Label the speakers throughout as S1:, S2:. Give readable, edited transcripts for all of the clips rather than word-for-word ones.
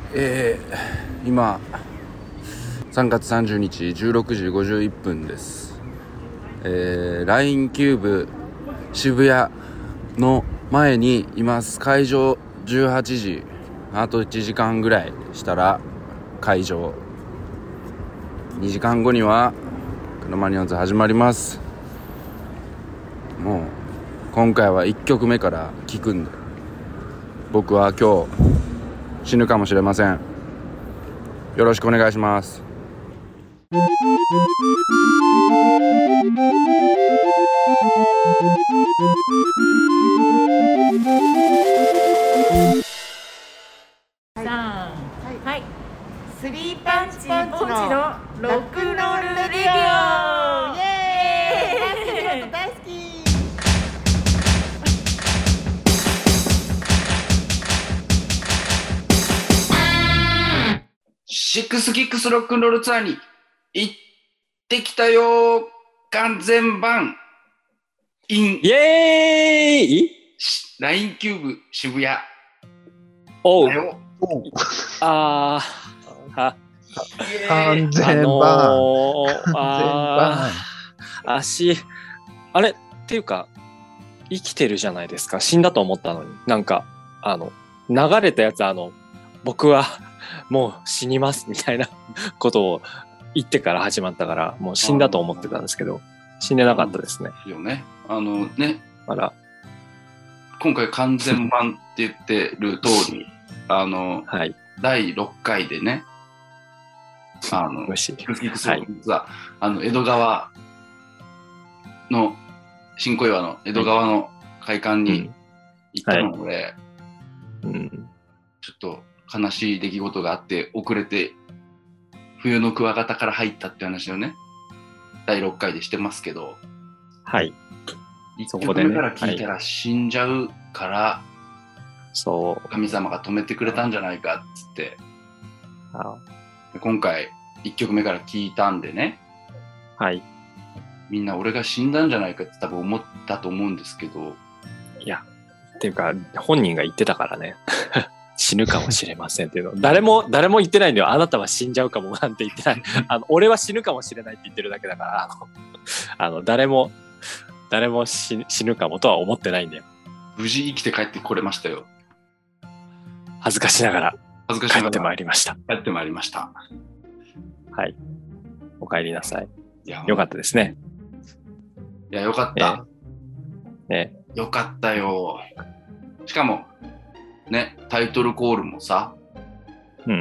S1: 今3月30日16時51分です。LINE キューブ渋谷の前にいます。会場18時、あと1時間ぐらいしたら会場、2時間後にはクロマニヨンズ始まります。もう今回は1曲目から聴くんで、僕は今日死ぬかもしれません。よろしくお願いします。
S2: はい、スリーパンチポンチのロックンロールレディオ、イエーイ、大好き。
S1: シックスキックスロックンロールツアーに行ってきたよ。完全版 in
S3: イエーイ
S1: LINE キューブ渋谷
S3: おう
S1: だよ。
S3: あー
S4: 完全版、
S3: 足あれっていうか生きてるじゃないですか。死んだと思ったのに、なんか流れたやつ僕はもう死にますみたいなことを言ってから始まったから、もう死んだと思ってたんですけど、死んでなかったですね。
S1: よね。
S3: あら、
S1: 今回完全版って言ってる通り
S3: はい、
S1: 第6回でね、
S3: 無視。
S1: シックスキックスロックンロールツアー、江戸川の新小岩の江戸川の会館に行ったので、ちょっと悲しい出来事があって遅れて冬のクワガタから入ったって話をね、第6回でしてますけど、
S3: はい、
S1: 1曲目から聞いたら死んじゃうから、
S3: そう
S1: 神様が止めてくれたんじゃないかっつって、今回1曲目から聞いたんでね、
S3: はい、
S1: みんな俺が死んだんじゃないかって多分思ったと思うんですけど、
S3: いやっていうか本人が言ってたからね死ぬかもしれませんっていうの誰も言ってないんだよ。あなたは死んじゃうかもなんて言ってない俺は死ぬかもしれないって言ってるだけだから誰も死ぬかもとは思ってないんだよ。
S1: 無事生きて帰ってこれましたよ。
S3: 恥ずかしながら帰ってまいりました。
S1: 帰ってまいりました。
S3: はい、お帰りなさい。
S1: いや、
S3: よかったですね。
S1: いや、よかった。よかったよ。しかもね、タイトルコールもさ、ク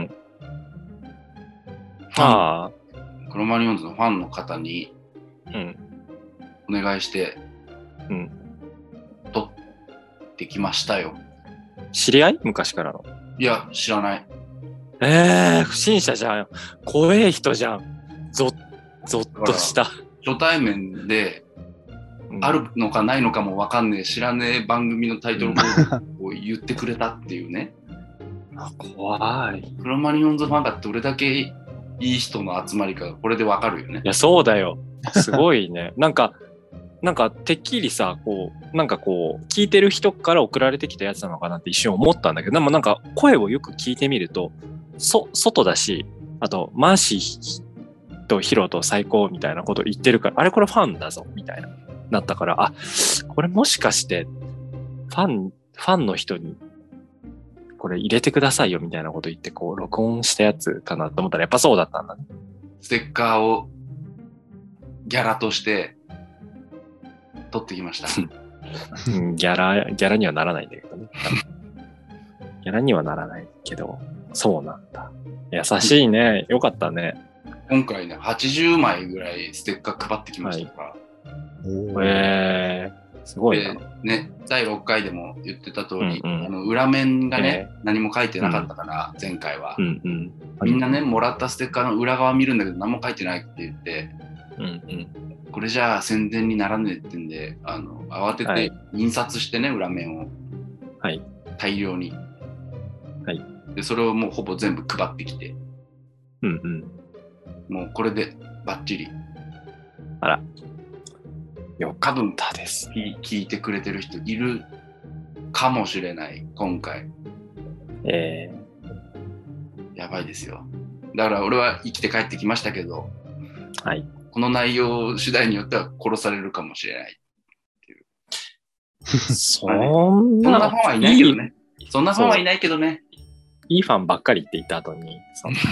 S1: ロマニヨンズのファンの方にお願いして、撮ってきましたよ。
S3: 知り合い？昔からの？
S1: いや、知らない。
S3: 不審者じゃん。怖い人じゃん。ゾッとした。
S1: 初対面で、あるのかないのかも分かんねえ、知らねえ番組のタイトルコールを言ってくれたっていうね。
S3: 怖い。
S1: クロマニヨンズファンがどれだけいい人の集まりかこれで分かるよね。
S3: いや、そうだよ。すごいね。なんかてっきりさ、聞いてる人から送られてきたやつなのかなって一瞬思ったんだけど、でもなんか声をよく聞いてみると、外だし、あとマーシーとヒロと最高みたいなこと言ってるから、あれこれファンだぞみたいなったから、これもしかしてファンの人にこれ入れてくださいよみたいなこと言って録音したやつかなと思ったら、やっぱそうだったんだね。
S1: ステッカーをギャラとして取ってきました。
S3: ギャラにはならないんだけどね。ギャラにはならないけど、そうなんだ。優しいね。よかったね。
S1: 今回ね、80枚ぐらいステッカー配ってきましたから。
S3: すごいな。
S1: ね、第6回でも言ってた通り、裏面がね、何も書いてなかったから、前回は。みんなね、もらったステッカーの裏側見るんだけど、何も書いてないって言って、これじゃあ宣伝にならねえってんで、慌てて印刷してね、裏面を。大量に。で、それをもうほぼ全部配ってきて。もうこれでバッチリ。
S3: あら。よかったです。
S1: 聞いてくれてる人いるかもしれない、今回。 ばいですよ。だから俺は生きて帰ってきましたけど、
S3: はい。
S1: この内容次第によっては殺されるかもしれない。
S3: そん
S1: そんなファンはいないけどね。そんなファンはいないけどね。
S3: いいファンばっかりって言った後に、そんな。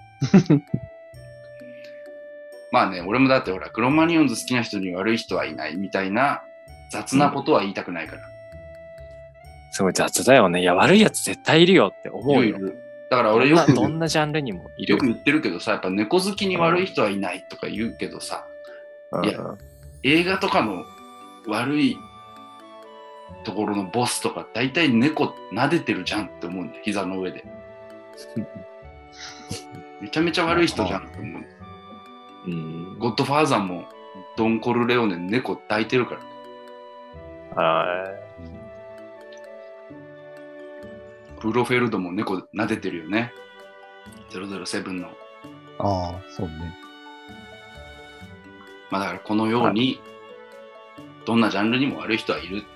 S1: まあね、俺もだってほら、クロマニヨンズ好きな人に悪い人はいないみたいな雑なことは言いたくないから。
S3: すごい雑だよね。いや、悪いやつ絶対いるよって思うよ。
S1: だから俺よく
S3: どんなジャンルにもいる。
S1: よく言ってるけどさ、やっぱ猫好きに悪い人はいないとか言うけどさ、いや、映画とかの悪いところのボスとか大体猫撫でてるじゃんって思うんだよ、膝の上で。めちゃめちゃ悪い人じゃんって思う。ゴッドファーザーもドン・コルレオーネ猫抱いてるから。クロフェルドも猫撫でてるよね。007の。
S4: ああ、そうね。
S1: まあだからこのように、どんなジャンルにも悪い人はいるって。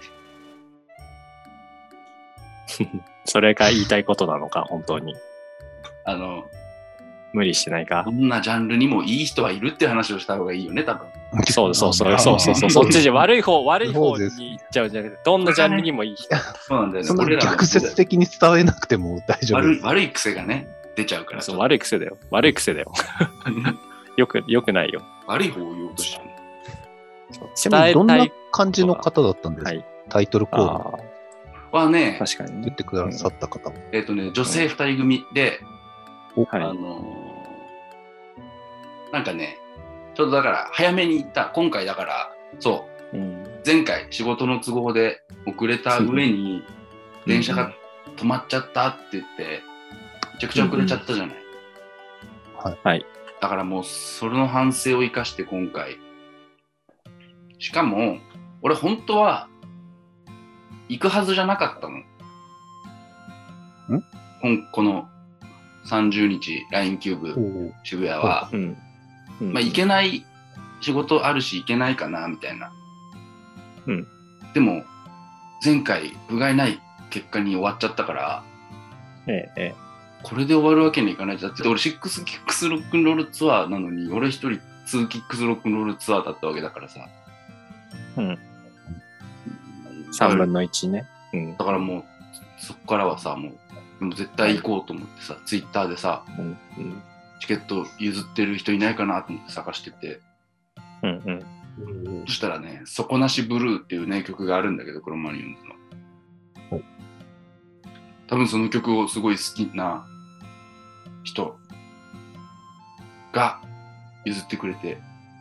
S3: それが言いたいことなのか、本当に。無理してないか。
S1: どんなジャンルにもいい人はいるって話をした方がいいよね、多分。
S3: そうそっちで悪い方に行っちゃうじゃなくて、どんなジャンルにもいい人。
S1: そうなんだよね。
S4: そんな逆説的に伝えなくても大丈夫です。
S1: 悪い癖がね、出ちゃうから。
S3: そう、悪い癖だよ。よくないよ。
S1: 悪い方を言おうとしたの。
S4: ちなみにどんな感じの方だったんですか、はい、タイトルコール
S1: はね、
S3: 確かに
S4: 言ってくださった方も。
S1: 女性2人組で、なんかね、ちょうどだから早めに行った、今回だから、そう、前回仕事の都合で遅れた上に電車が止まっちゃったって言って、めちゃくちゃ遅れちゃったじゃない。
S3: はい。
S1: だからもうそれの反省を生かして今回、しかも俺本当は行くはずじゃなかったの。この30日 LINE キューブ渋谷は、まあ行けない仕事あるし行けないかなみたいな。でも前回不甲斐ない結果に終わっちゃったから、これで終わるわけにいかない。だって俺6キックスロックンロールツアーなのに俺一人2キックスロックンロールツアーだったわけだからさ。
S3: 3分の1ね。
S1: だからもうそこからはさ、もう絶対行こうと思ってさ、ツイッターでさ、チケット譲ってる人いないかなと思って探してて、そしたらね、底なしブルーっていうね曲があるんだけど、クロマニヨンズの、多分その曲をすごい好きな人が譲ってくれて、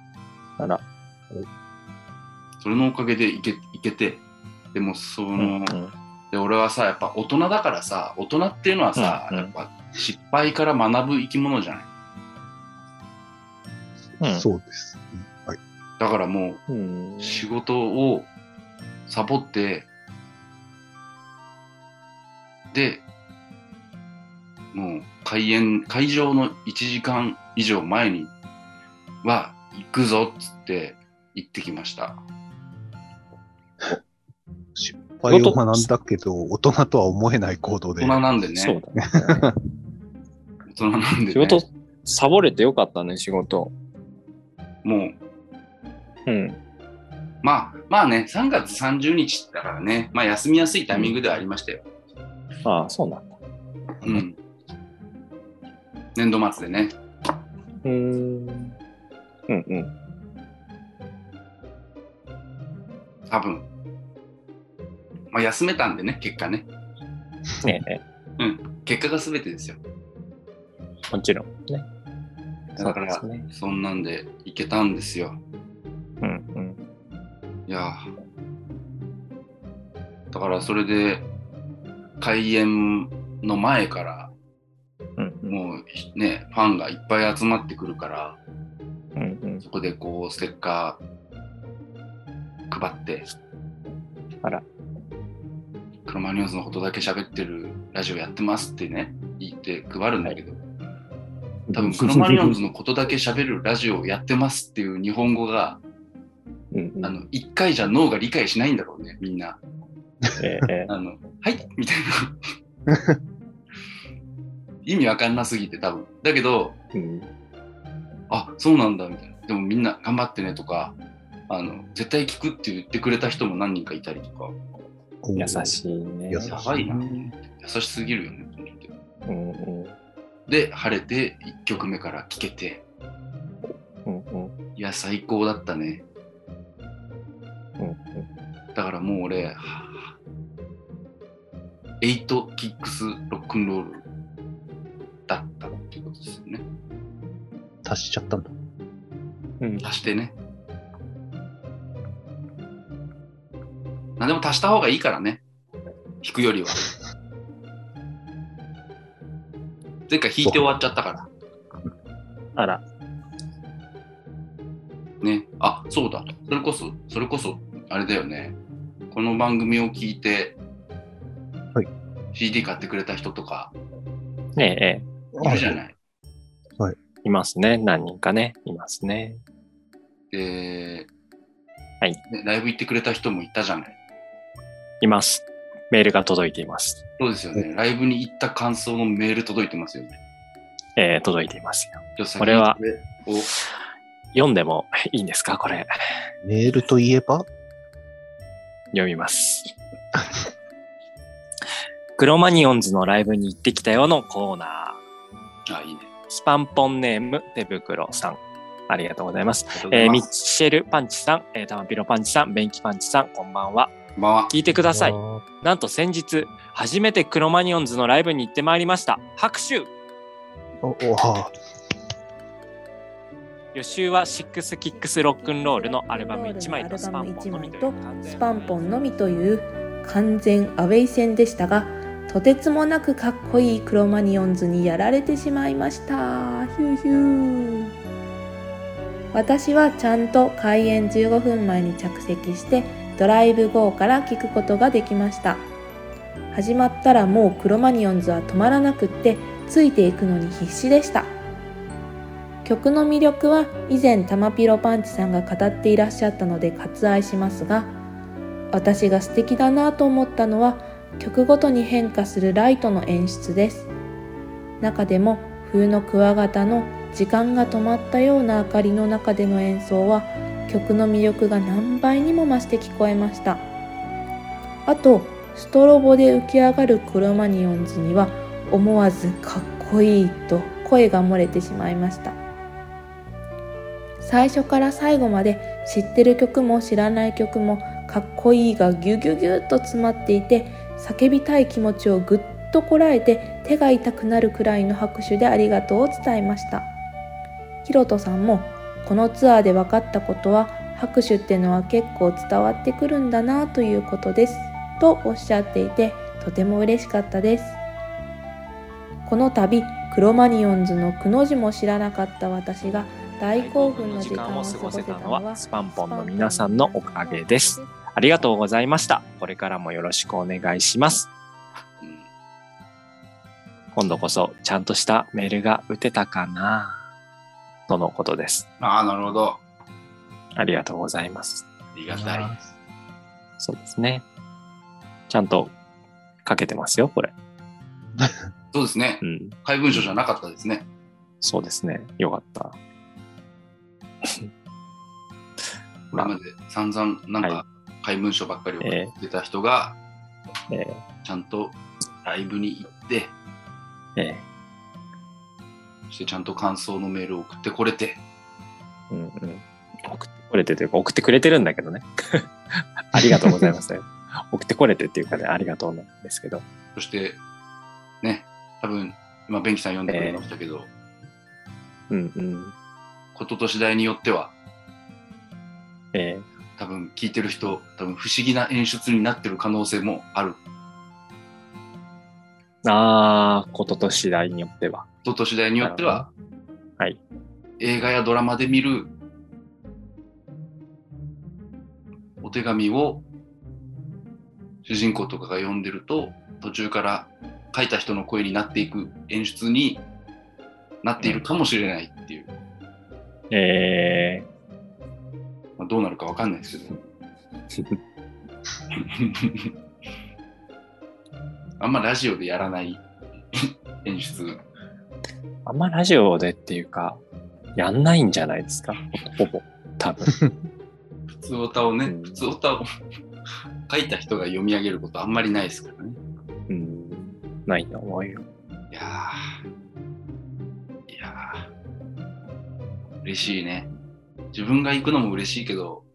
S1: それのおかげで行けて、でもで俺はさ、やっぱ大人だからさ、大人っていうのはさ、やっぱ失敗から学ぶ生き物じゃない。
S4: そうです。
S1: だからもう仕事をサボって、でもう開場の1時間以上前には行くぞっつって行ってきました。
S4: 失敗を学んだけど大人とは思えない行動で。
S1: 大人なんでね。
S3: そうだね。
S1: 大人なんでね。
S3: 仕事サボれてよかったね、仕事。
S1: もう。まあね、3月30日だからね、まあ休みやすいタイミングではありましたよ。
S3: ああ、そうなんだ。
S1: 年度末でね。多分。まあ休めたんでね、結果ね。結果が全てですよ。
S3: もちろんね。
S1: だから、そんなんで行けたんですよ。いや、だからそれで開演の前から、もうね、ファンがいっぱい集まってくるから、そこでこうステッカー配って、クロマニヨンズのことだけ喋ってるラジオやってますってね、言って配るんだけど、多分クロマニヨンズのことだけ喋るラジオやってますっていう日本語が、一回じゃ脳が理解しないんだろうね、みんな。はいみたいな。 意味わかんなすぎて多分。だけど、あ、そうなんだみたいな。でもみんな頑張ってねとか、絶対聞くって言ってくれた人も何人かいたりとか。
S3: 優しいね。
S1: やばいな。優しすぎるよねと思って。で、晴れて1曲目から聴けて、いや、最高だったね。だからもう俺、8キックスロックンロールだったっていうことですよね。
S4: 足しちゃったんだ。
S1: 足してね。何でも足した方がいいからね。弾くよりは。前回弾いて終わっちゃったから。
S3: あら。
S1: ね。あ、そうだ。それこそ、あれだよね。この番組を聞いて、CD 買ってくれた人とか、いるじゃない。
S3: いますね。何人かね。いますね。
S1: で、ライブ行ってくれた人もいたじゃない。
S3: います。メールが届いています。
S1: そうですよね。ライブに行った感想のメール届いてますよね。
S3: 届いていますよ。
S1: これは
S3: 読んでもいいんですか、これ。
S4: メールといえば
S3: 読みます。クロマニオンズのライブに行ってきたよのコーナー。
S1: あ、いいね。
S3: スパンポンネーム手袋さん。ありがとうございます。ミッシェルパンチさん、タマピロパンチさん、ベンキパンチさん、こんばんは。聞いてください。なんと先日、初めてクロマニオンズのライブに行ってまいりました。拍手。予習はシックスキックスロックンロールのアルバム1枚とスパンポンのみという
S2: 完全アウェイ戦でしたが、とてつもなくかっこいいクロマニオンズにやられてしまいました。ヒューヒュー。私はちゃんと開演15分前に着席してドライブ GO から聞くことができました。始まったらもうクロマニオンズは止まらなくってついていくのに必死でした。曲の魅力は以前タマピロパンチさんが語っていらっしゃったので割愛しますが、私が素敵だなと思ったのは曲ごとに変化するライトの演出です。中でも冬のクワガタの時間が止まったような明かりの中での演奏は曲の魅力が何倍にも増して聞こえました。あとストロボで浮き上がるクロマニオンズには思わずかっこいいと声が漏れてしまいました。最初から最後まで知ってる曲も知らない曲もかっこいいがギュギュギュッと詰まっていて、叫びたい気持ちをぐっとこらえて手が痛くなるくらいの拍手でありがとうを伝えました。ヒロトさんもこのツアーで分かったことは拍手ってのは結構伝わってくるんだなということですとおっしゃっていて、とても嬉しかったです。この度クロマニオンズのくの字も知らなかった私が大興奮の時間を過ごせたのは
S3: スパンポンの皆さんのおかげです。ありがとうございました。これからもよろしくお願いします。今度こそちゃんとしたメールが打てたかなとのことです。
S1: ああ、なるほど。
S3: ありがとうございます。
S1: ありがたい。
S3: そうですね。ちゃんと書けてますよ、これ。
S1: そうですね。怪文書じゃなかったですね。
S3: そうですね。よかった。
S1: これまで散々なんか怪文書ばっかり送ってた人が、ちゃんとライブに行って、そしてちゃんと感想のメールを送ってこれて、
S3: 送ってこれてというか送ってくれてるんだけどね。ありがとうございます。送ってこれてっていうかね、ありがとうなんですけど。
S1: そしてね、多分今ベンキさん読んでくれましたけど、ことと次第によっては、多分聞いてる人、多分不思議な演出になってる可能性もある。
S3: ことと次第によっては。
S1: ことと次第によっては、
S3: はい。
S1: 映画やドラマで見るお手紙を主人公とかが読んでると、途中から書いた人の声になっていく演出になっているかもしれないっていう。どうなるかわかんないですけど。あんまラジオでやらない演出
S3: あんまラジオでっていうか、やんないんじゃないですか、ほぼ、多分。
S1: 普通歌をね、普通歌を書いた人が読み上げることあんまりないですからね。
S3: ないと思うよ。
S1: いや嬉しいね。自分が行くのも嬉しいけど、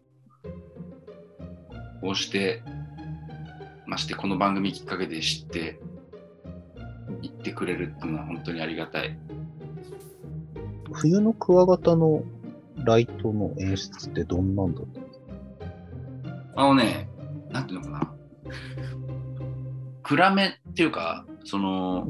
S1: こうしてましてこの番組きっかけで知って行ってくれるっていうのは本当にありがたい。
S4: 冬のクワガタのライトの演出ってどんなんだったんですか？
S1: なんていうのかな、暗めっていうか、その、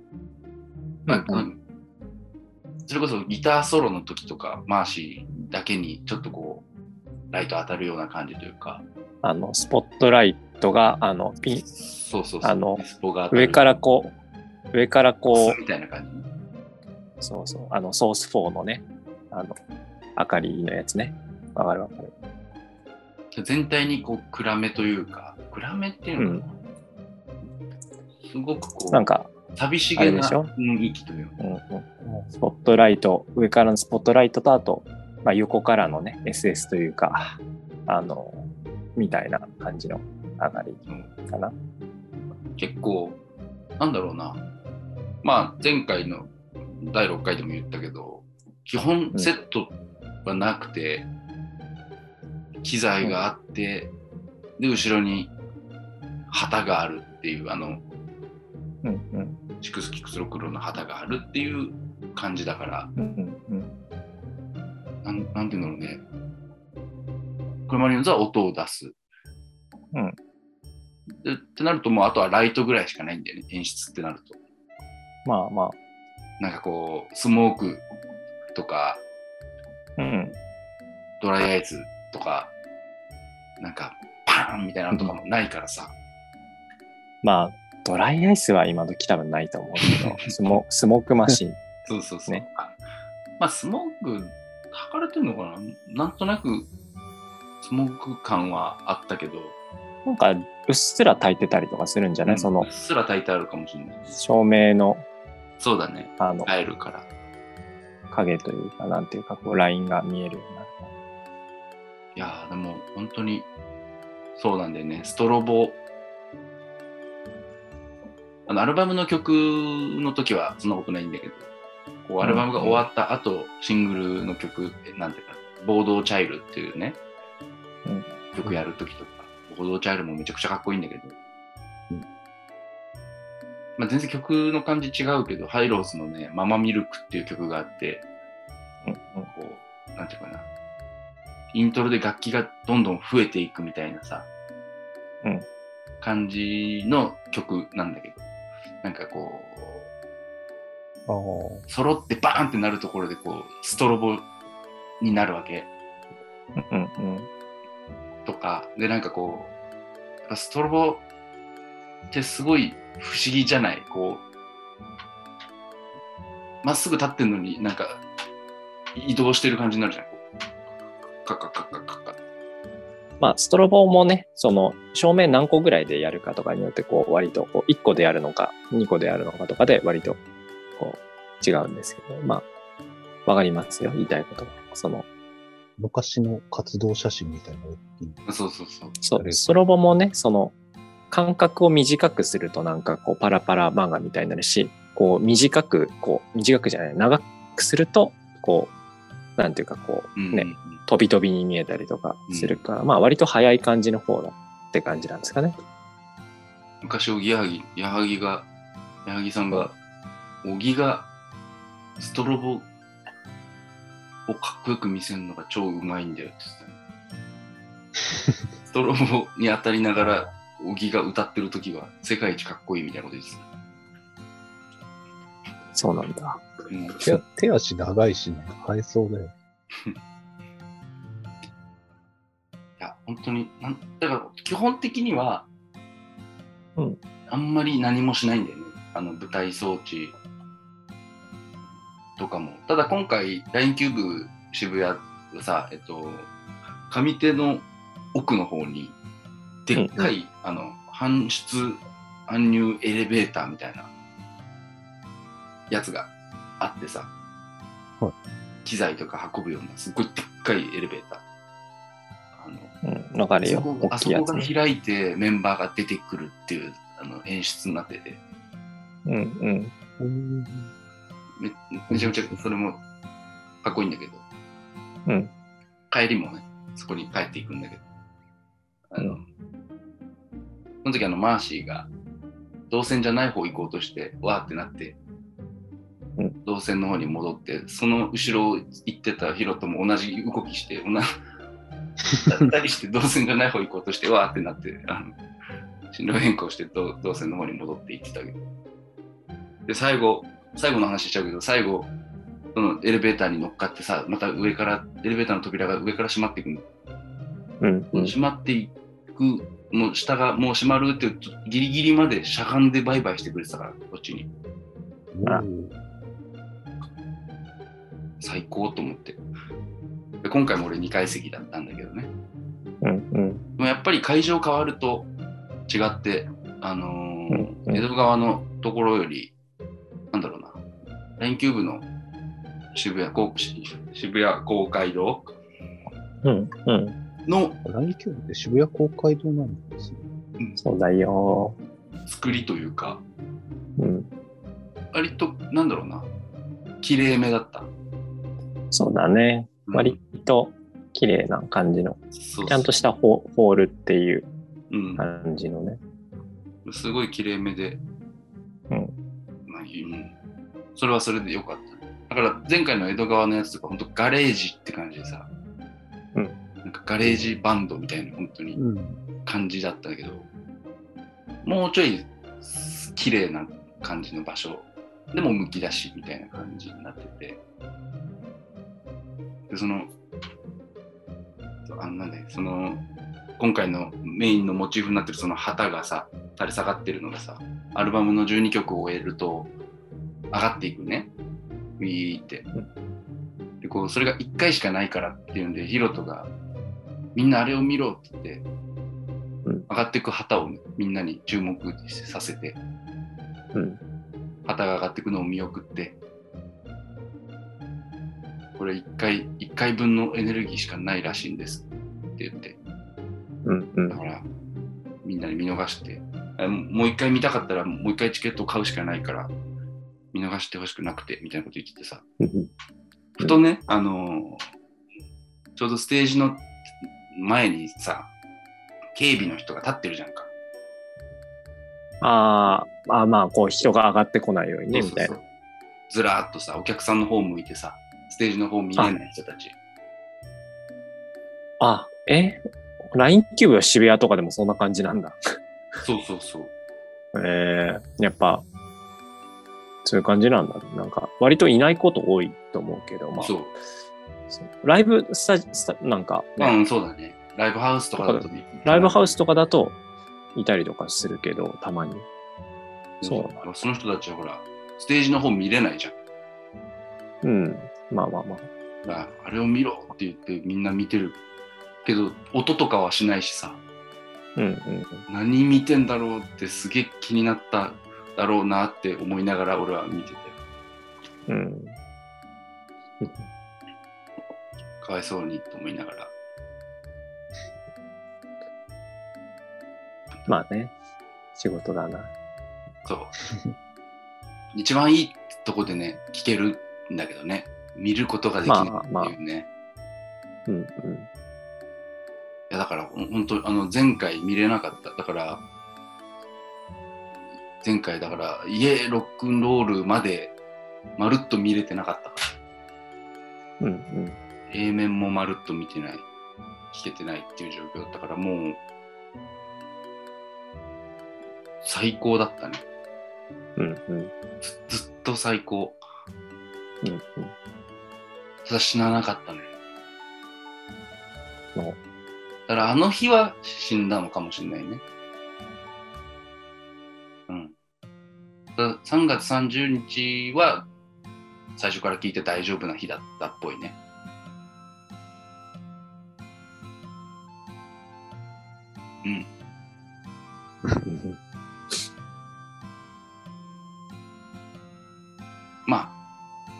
S1: それこそギターソロの時とかマーシーだけにちょっとこうライト当たるような感じというか、
S3: スポットライトが
S1: そうスポが当たる
S3: 上からこう
S1: みたいな感じ。
S3: ソース4のね、明かりのやつね。わかる。
S1: 全体にこう暗めというか、暗めっていうのかな、すごくこう
S3: なんか
S1: 寂しげな雰囲気というか、
S3: スポットライト、上からのスポットライトと、あと、横からのね SS というか、みたいな感じの上がりかな。
S1: 結構なんだろうな、前回の第6回でも言ったけど、基本セットはなくて、機材があって、で後ろに旗があるっていう、シクスキクスロクロの旗があるっていう感じだから、なんていうのね、クロマニヨンズは音を出す、でってなると、もうあとはライトぐらいしかないんだよね、演出ってなると。なんかこうスモークとか、ドライアイスとか、なんかパーンみたいなのとかもないからさ。
S3: ドライアイスは今時多分ないと思うけど、スモークマシン。
S1: そう、ね。スモーク炊かれてるのかな、なんとなくスモーク感はあったけど、
S3: なんかうっすら炊いてたりとかするんじゃない？う
S1: っすら炊いてあるかもしれない。
S3: 照明の、
S1: そうだね。入るから。
S3: 影というか、なんていうか、こうラインが見えるようになる。
S1: いやでも本当にそうなんだよね。ストロボ、アルバムの曲の時はそんなことないんだけど、こうアルバムが終わった後、シングルの曲、なんていうか、ボードチャイルっていうね、曲やる時とか、ボードチャイルもめちゃくちゃかっこいいんだけど、全然曲の感じ違うけど、ハイローズのね、ママミルクっていう曲があって、こう、なんていうかな、イントロで楽器がどんどん増えていくみたいなさ、感じの曲なんだけど、なんかこう、揃ってバーンってなるところで、こう、ストロボになるわけ。とか、で、なんかこう、やっぱストロボってすごい不思議じゃない？こう、まっすぐ立ってんのになんか移動してる感じになるじゃん。カッカッカッカッカッカッ。
S3: ストロボもね、その照明何個ぐらいでやるかとかによって、こう割とこう1個でやるのか2個でやるのかとかで割とこう違うんですけど、わかりますよ、言いたいことは。その
S4: 昔の活動写真みたいなのが
S1: そう。
S3: ストロボもね、その間隔を短くするとなんかこうパラパラ漫画みたいになるし、こう短くじゃない、長くするとこうなんていうかこうね、飛び飛びに見えたりとかするから、割と早い感じの方だって感じなんですかね。
S1: 昔矢作さんが、小木がストロボをかっこよく見せるのが超うまいんだよって言ってたね。ストロボに当たりながら小木が歌ってる時は世界一かっこいいみたいなこと言ってた。
S3: そうなんだ。
S4: 手足長いしね、生えそうだよ。
S1: いや本当にだから基本的には、あんまり何もしないんだよね。舞台装置とかも。ただ今回 LINE キューブ渋谷はさ、上手の奥の方にでっかい、搬出搬入エレベーターみたいなやつがあってさ、
S4: はい、
S1: 機材とか運ぶようなすっごいでっかいエレベーター。
S3: わかるよ。
S1: あそこが開いてメンバーが出てくるっていう演出になってて、めちゃめちゃそれもかっこいいんだけど、帰りもね、そこに帰っていくんだけど、その時マーシーが動線じゃない方行こうとしてわーってなって、動線の方に戻って、その後ろを行ってたヒロとも同じ動きして二人して動線じゃない方行こうとしてわーってなって進路変更して動線の方に戻って行ってたけど、で最後の話しちゃうけど、最後そのエレベーターに乗っかってさ、また上からエレベーターの扉が上から閉まっていくの、閉まっていく、もう下がもう閉まるってギリギリまでしゃがんでバイバイしてくれてたから、こっちに。最高と思って。で今回も俺2階席だったんだけどね。でもやっぱり会場変わると違って、江戸川のところより、なんだろうな、ラインキューブの渋谷公会堂の、
S4: ラインキューブって渋谷公会堂なんですね。
S3: そうだよ。
S1: 作りというか、割となんだろうな、綺麗めだった。
S3: そうだね。割と綺麗な感じの、ちゃんとしたホールっていう感じのね。
S1: すごい綺麗めで、それはそれでよかった。だから前回の江戸川のやつとか本当ガレージって感じでさ、なんかガレージバンドみたいな本当に感じだったけど、もうちょい綺麗な感じの場所でもむき出しみたいな感じになってて、で今回のメインのモチーフになってるその旗がさ、垂れ下がってるのがさ、アルバムの12曲を終えると上がっていくね、ウィーって。でそれが1回しかないからっていうんで、ヒロトがみんなあれを見ろって言って、上がっていく旗をみんなに注目させて、旗が上がっていくのを見送って、これ1回分のエネルギーしかないらしいんですって言って、だからみんなに見逃して、もう1回見たかったらもう1回チケットを買うしかないから見逃してほしくなくてみたいなこと言っててさ、ふとね、ちょうどステージの前にさ、警備の人が立ってるじゃんか。
S3: まあこう人が上がってこないようにね、みたいな。
S1: ずらーっとさ、お客さんの方向いてさ、ステージの方見れない人たち。
S3: ラインキューブは渋谷とかでもそんな感じなんだ。
S1: そうそうそう。
S3: やっぱそういう感じなんだね。なんか割といないこと多いと思うけど、そうライブなんか、
S1: ね、そうだね。ライブハウスとかだと
S3: ライブハウスとかだといたりとかするけど、たまに。
S1: そうその人たちはほらステージの方見れないじゃん。
S3: まあ。
S1: あれを見ろって言ってみんな見てるけど、音とかはしないしさ。何見てんだろうってすげえ気になっただろうなって思いながら俺は見てたよ。かわいそうにと思いながら。
S3: まあね、仕事だな。
S1: そう。一番いいとこでね、聞けるんだけどね。見ることができないっていうね。いやだから本当前回見れなかった。だから前回だから家ロックンロールまでまるっと見れてなかったから。A 面もまるっと見てない、聞けてないっていう状況だったから、もう最高だったね。ずっと最高。ただ死ななかったね。だからあの日は死んだのかもしれないね。3月30日は最初から聞いて大丈夫な日だったっぽいね。まあ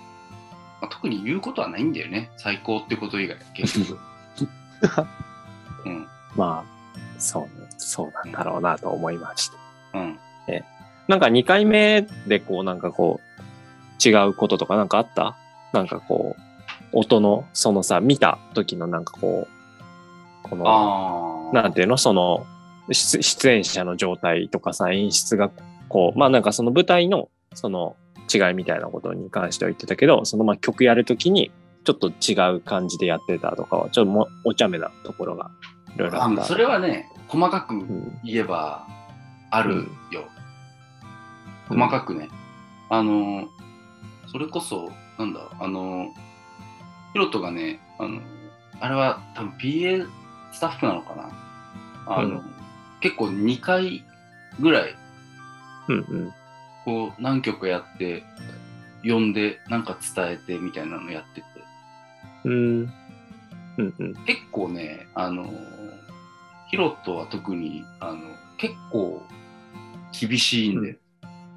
S1: 特に言うことはないんだよね。最高ってこと以外、結局。うん。
S3: まあ、そうなんだろうなと思いました。
S1: うん。
S3: なんか2回目でこう、なんかこう、違うこととかなんかあった？なんかこう、音の、そのさ、見た時のなんかこう、この、なんていうの、その、出演者の状態とかさ、演出がこう、まあなんかその舞台の、その違いみたいなことに関しては言ってたけど、そのまあ曲やるときに、ちょっと違う感じでやってたとかは、ちょっとお茶目なところがいろいろあった。
S1: それはね、細かく言えばあるよ。細かくね。それこそ、なんだ、ヒロトがね、あれは多分 PA スタッフなのかな。結構2回ぐらい、こう何曲やって、呼んで、なんか伝えてみたいなのやってて。結構ね、ヒロトは特に、結構厳しいんで、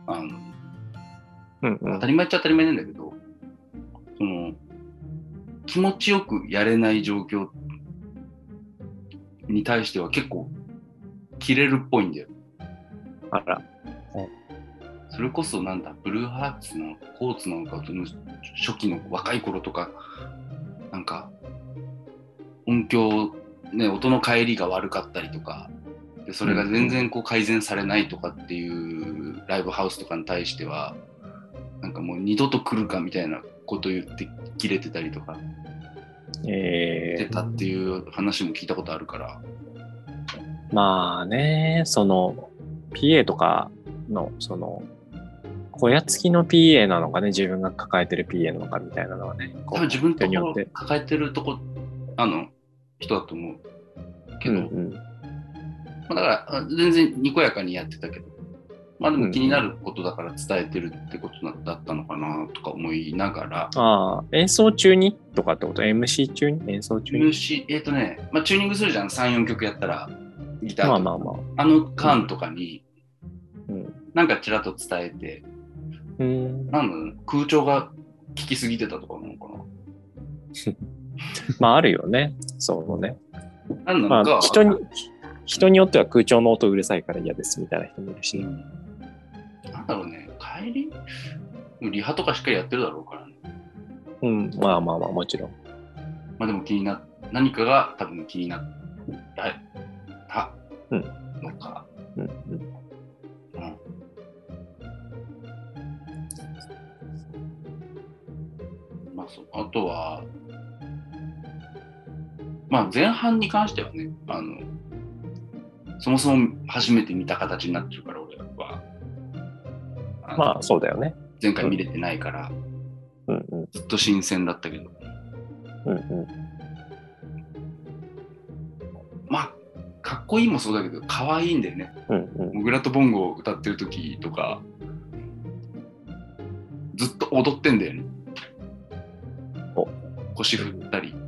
S1: 当たり前っちゃ当たり前なんだけど、その、気持ちよくやれない状況に対しては結構切れるっぽいんだよ。
S3: あら。
S1: それこそなんだ、ブルーハーツのコーツなのか、その初期の若い頃とか、なんか、音響、ね、音の帰りが悪かったりとか、でそれが全然こう改善されないとかっていうライブハウスとかに対しては、なんかもう二度と来るかみたいなこと言って切れてたりとかしてたっていう話も聞いたことあるから。
S3: まあね、その PA とかのその小屋付きの PA なのかね、自分が抱えてる PA なのかみたいなのはね、
S1: 多分自分とこ抱えてるとこ人だと思うけど、まあ、だから全然にこやかにやってたけど、まあでも気になることだから伝えてるってことだったのかなとか思いながら。
S3: ああ、演奏中にとかってこと？ MC 中に？演奏中に？
S1: まあチューニングするじゃん、3、4曲やったらギターとか。あの間とかに、なんかちらっと伝えて、なんだ空調が効きすぎてたとかなのかな。
S3: まああるよね、そうね。
S1: なんなのか、
S3: まあ、人によっては空調の音うるさいから嫌ですみたいな人もいるし、
S1: なんだろうね、帰りリハとかしっかりやってるだろうからね。
S3: まあもちろん。
S1: まあでも何かが多分気になったのか。まああとは、まあ前半に関してはね、そもそも初めて見た形になってるから、俺は。
S3: まあそうだよね。
S1: 前回見れてないから、ずっと新鮮だったけど。まあ、かっこいいもそうだけど、可愛いんだよね。モグラとボンゴを歌ってる時とか、ずっと踊ってんだよね。腰振ったり。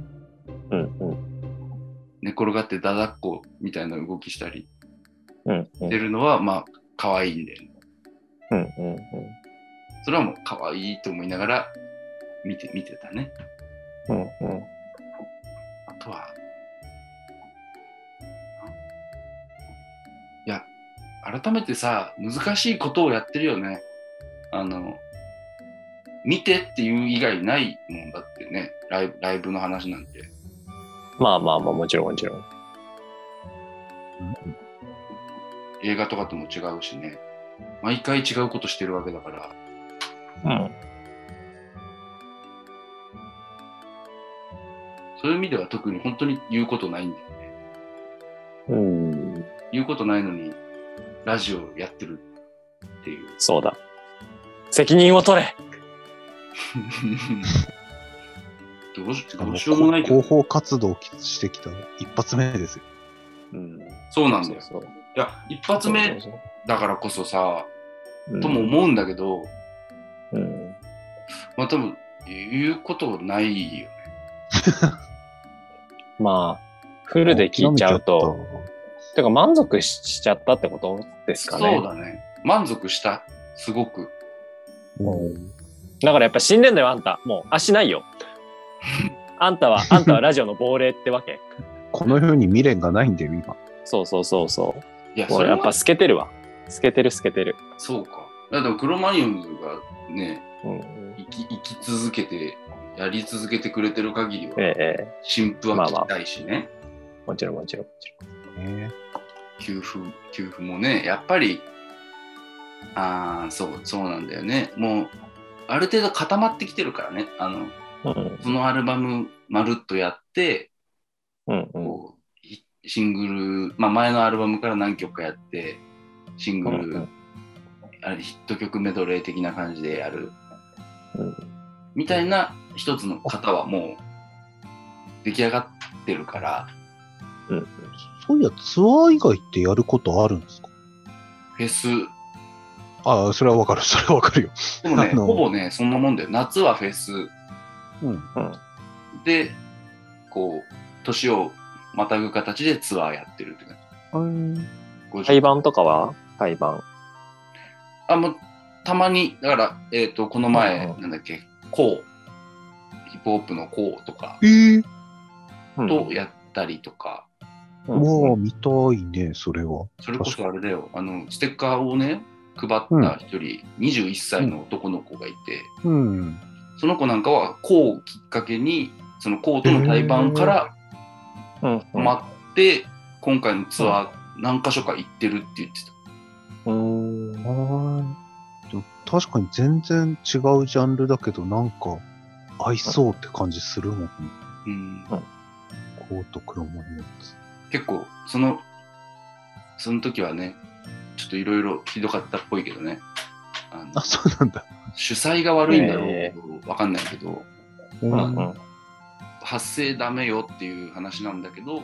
S1: 寝転がってダダっこみたいな動きしたりしてるのは、まあ可愛いんだよね。それはもう可愛いと思いながら見てたね。あとは、いや、改めてさ、難しいことをやってるよね。見てっていう以外ないもんだってね、ライブの話なんて。
S3: まあもちろん。
S1: 映画とかとも違うしね。毎回違うことしてるわけだから。そういう意味では特に本当に言うことないんだよね。言うことないのにラジオやってるっていう。
S3: そうだ。責任を取れ。
S1: どうしようもないけど。
S4: 広報活動してきた一発目ですよ。
S1: そうなんだよ。いや、一発目だからこそさ、とも思うんだけど、まあ多分言うことないよね。
S3: まあ、フルで聞いちゃうと、てか満足しちゃったってことですかね。
S1: そうだね。満足した。すごく。
S3: だからやっぱ死んでんだよ、あんた。もう足ないよ。 あんたはラジオの亡霊ってわけ。
S4: この世に未練がないんだよ、今。
S3: そうそうそうそう。
S1: いや、
S3: 俺やっぱ透けてるわ。透けてる。
S1: そうか。いやでもクロマニオンズがね、
S3: うん
S1: 生き続けて、やり続けてくれてる限りは、新婦は聞きたいしね。
S3: もちろん。
S1: 給付もね、やっぱり、そうなんだよね。もう、ある程度固まってきてるからね。そのアルバムまるっとやって、こうシングル、前のアルバムから何曲かやって、シングル、ヒット曲メドレー的な感じでやる。みたいな一つの型はもう出来上がってるから。
S4: そういや、ツアー以外ってやることあるんですか？
S1: フェス。
S4: それはわかるよ。
S1: でもね、ほぼね、そんなもんだよ。夏はフェス。で、こう、年をまたぐ形でツアーやってるって感じ。
S3: 対バンとかは？対バン。
S1: もう、たまに、だから、この前、なんだっけ、ヒップホップのコーとか、とやったりとか。
S4: 見たいね、それは。
S1: それこそあれだよ、ステッカーをね、配った一人、21歳の男の子がいて、その子なんかはコーきっかけに、そのコーとの対バンから待って、今回のツアー何か所か行ってるって言ってた。
S4: 確かに全然違うジャンルだけど、なんか合いそうって感じするもん。コーとクロマニオンズ。
S1: 結構その時はね、ちょっといろいろひどかったっぽいけどね。
S4: そうなんだ。
S1: 主催が悪いんだろうわかんないけど、発声ダメよっていう話なんだけど、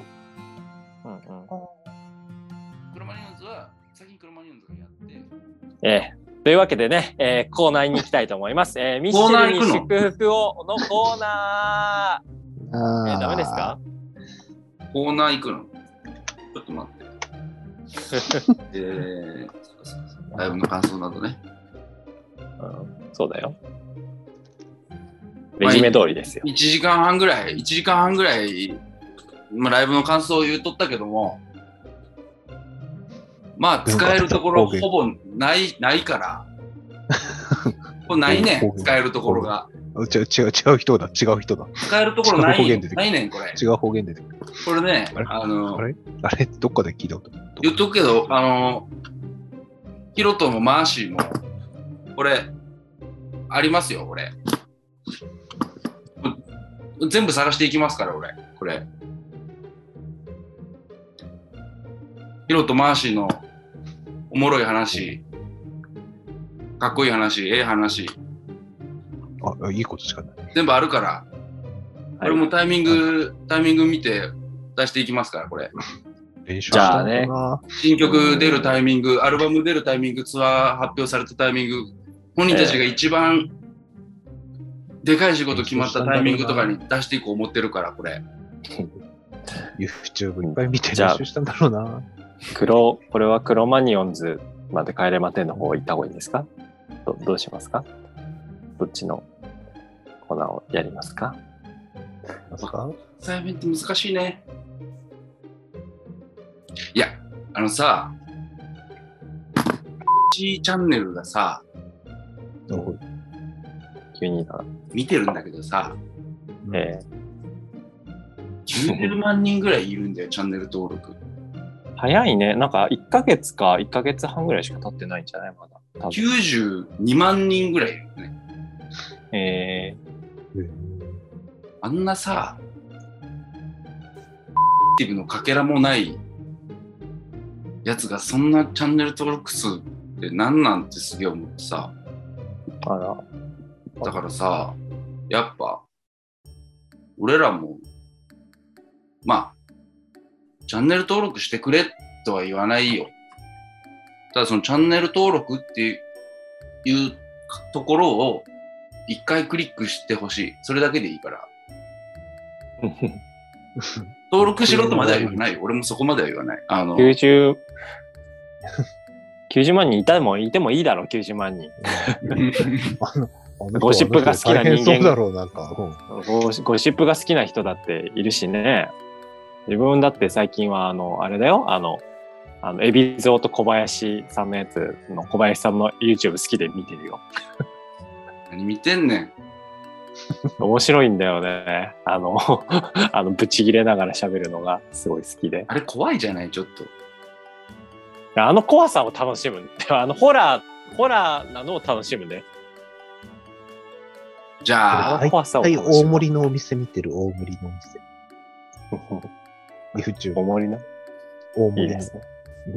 S1: クロマニオンズは最近クロマニオンズがやって。
S3: というわけでね、コーナーに行きたいと思います。ミッシェルに祝福をのコーナー。ダメですか？
S1: コーナー行くの？ちょっと待って。ライブの感想などね。
S3: そうだよ。レジュメ通りですよ。
S1: 1時間半ぐらい、ライブの感想を言うとったけども、使えるところほぼないから。ないねん、使えるところが。
S4: 違う人だ。
S1: 使えるところないねん、これ。
S4: 違う方言出てくる。
S1: これね、
S4: あれどっかで聞いたこと
S1: 言っとくけど、ヒロトもマーシーも、これ、ありますよ、これ。全部探していきますから、俺。これ。ヒロト、マーシーのおもろい話、かっこいい話、話。
S4: いいことしかない。
S1: 全部あるから、これもタイミング見て出していきますから、これ。
S3: じゃあね、
S1: 新曲出るタイミング、アルバム出るタイミング、ツアー発表されたタイミング、本人たちが一番でかい仕事決まったタイミングとかに出していこう思ってるから、これ。
S4: YouTube いっぱい見て練習したんだろうな。
S3: これはクロマニオンズまで帰れまてんの方行った方がいいですか？どうしますか？どっちのコーナーをやりますか？
S1: 対面って難しいね。いや、さ、チャンネルがさ、
S3: 急にだ。
S1: 見てるんだけどさ、10万人ぐらいいるんだよ、チャンネル登録。
S3: 早いね。なんか1ヶ月か1ヶ月半ぐらいしか経ってないんじゃないまだ。
S1: 92万人ぐらいいるよね。あんなさ、アクティブのかけらもないやつがそんなチャンネル登録数って何なんてすげえ思ってさ。だからさ、やっぱ俺らもチャンネル登録してくれとは言わないよ。ただそのチャンネル登録っていうところを一回クリックしてほしい。それだけでいいから。登録しろとまでは言わないよ。俺もそこまでは言わない。
S3: 90万人いてもいいだろう、90万人。ゴシップが好きな人間。
S4: そうだろう、なんか。
S3: ゴシップが好きな人だっているしね。自分だって最近はあれだよ。海老蔵と小林さんのやつの小林さんの YouTube 好きで見てるよ。
S1: 何見てんねん。
S3: 面白いんだよね。ブチ切れながら喋るのがすごい好きで。
S1: あれ怖いじゃないちょっと。
S3: 怖さを楽しむ。ホラーなのを楽しむね。
S1: じゃあ、
S3: 怖さを
S4: 大
S3: 楽しむ。
S4: 盛りのお店見てる、大盛りのお店。YouTube。
S3: 大盛りな。
S4: 大盛りの。
S3: いいですね。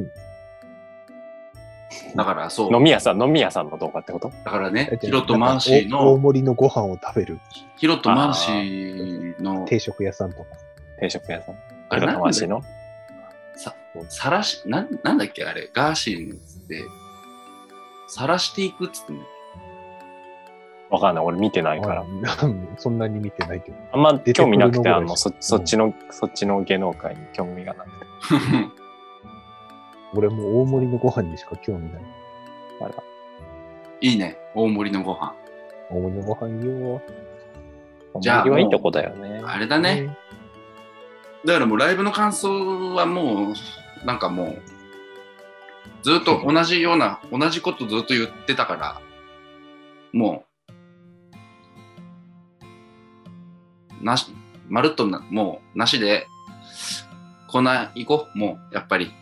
S1: だからそう。
S3: 飲み屋さんの動画ってこと？
S1: だからね、ヒロとマンシー
S4: 大
S1: の、
S4: 盛りのご飯を食べる
S1: ヒロとマンシーの、
S4: 定食屋さんとか。
S3: 定食屋さん。
S1: あれ
S3: ヒロとマンシーの
S1: さらし、なんだっけあれ、ガーシーのやつで、さらしていくっつってね。
S3: わかんない。俺見てないから。
S4: そんなに見てないけど。
S3: あんま興味なくて、
S4: 出てくるのぐらい
S3: そっちの芸能界に興味がなくて。
S4: 俺も大盛りのご飯にしか興味ない。
S3: あら。
S1: いいね、大盛りのご飯。
S4: 大盛りのご飯いいよ。
S1: じゃあ
S3: 大盛りはいいとこだよね。
S1: あれだね。だからもうライブの感想はもう、なんかもう、ずっと同じことずっと言ってたから、もう、まるっともう、なしで、こんな行こう、もう、やっぱり。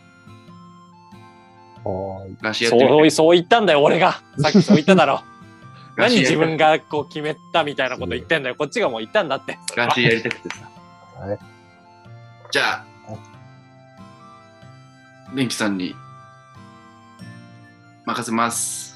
S1: ガシやってみて。
S3: そう言ったんだよ、俺が。さっきそう言っただろ。
S1: ガシやりたく
S3: 何自分がこう決めたみたいなこと言ってんだよ。こっちがもう言ったんだって。
S1: ガシやりたくてさ。
S4: はい
S1: じゃあ、ベンキさんに任せます。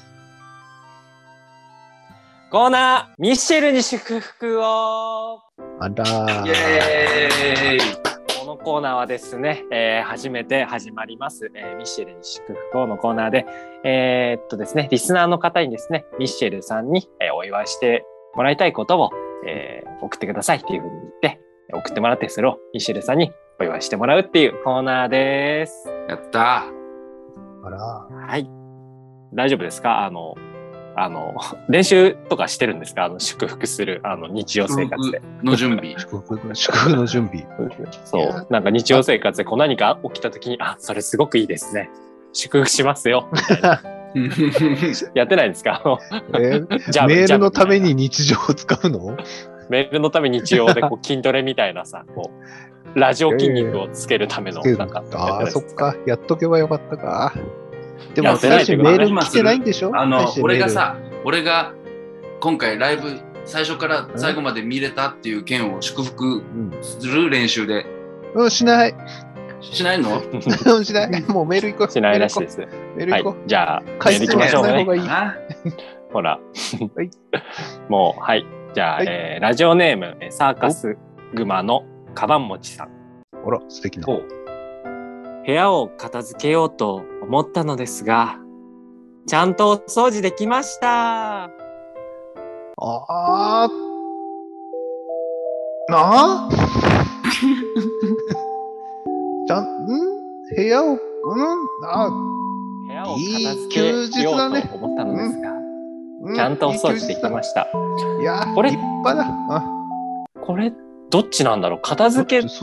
S3: コーナー、ミッシェルに祝福を。
S4: あらー。
S1: イエーイ。
S3: このコーナーはですね、初めて始まります、ミッシェルに祝福をのコーナーで、ですね、リスナーの方にですね、ミッシェルさんに、お祝いしてもらいたいことを、送ってくださいっていうふうに言って、送ってもらって、それをミッシェルさんにお祝いしてもらうっていうコーナーです。
S1: やった
S4: あら
S3: はい。大丈夫ですか？練習とかしてるんですか？祝福する、日常生活で。
S1: の準備。
S4: 祝福の準備。
S3: そう。なんか日常生活でこう何か起きた時に、それすごくいいですね。祝福しますよ。みたいな。やってないんですか？じゃあ
S4: メールのため
S3: に。
S4: に日常を使うの？
S3: メールのために日常でこう筋トレみたいなさ、こう、ラジオ筋肉をつけるための、なんか。
S4: そっか。やっとけばよかったか。でも、
S3: やってない
S4: 最初メール来てないんでしょ？
S1: 俺が今回ライブ最初から最後まで見れたっていう件を祝福する練習で。
S4: しない。
S1: しないの？
S4: しない。もうメール行こう。
S3: しないらしいです。
S4: メール行こう。
S3: じゃあ、メール行きましょうね。ほら。もう、はい。じゃあ、ラジオネーム、サーカスグマのカバン持ちさん。
S4: あら、素敵な。
S3: 部屋を片付けようと思ったのですが、ちゃんとお掃除できました。
S4: 部屋を、
S3: 部屋を片付けようと思ったのですが、ちゃんとお掃除できました。
S4: いや、
S3: これ
S4: 立派だ。
S3: これ、どっちなんだろう？片付ける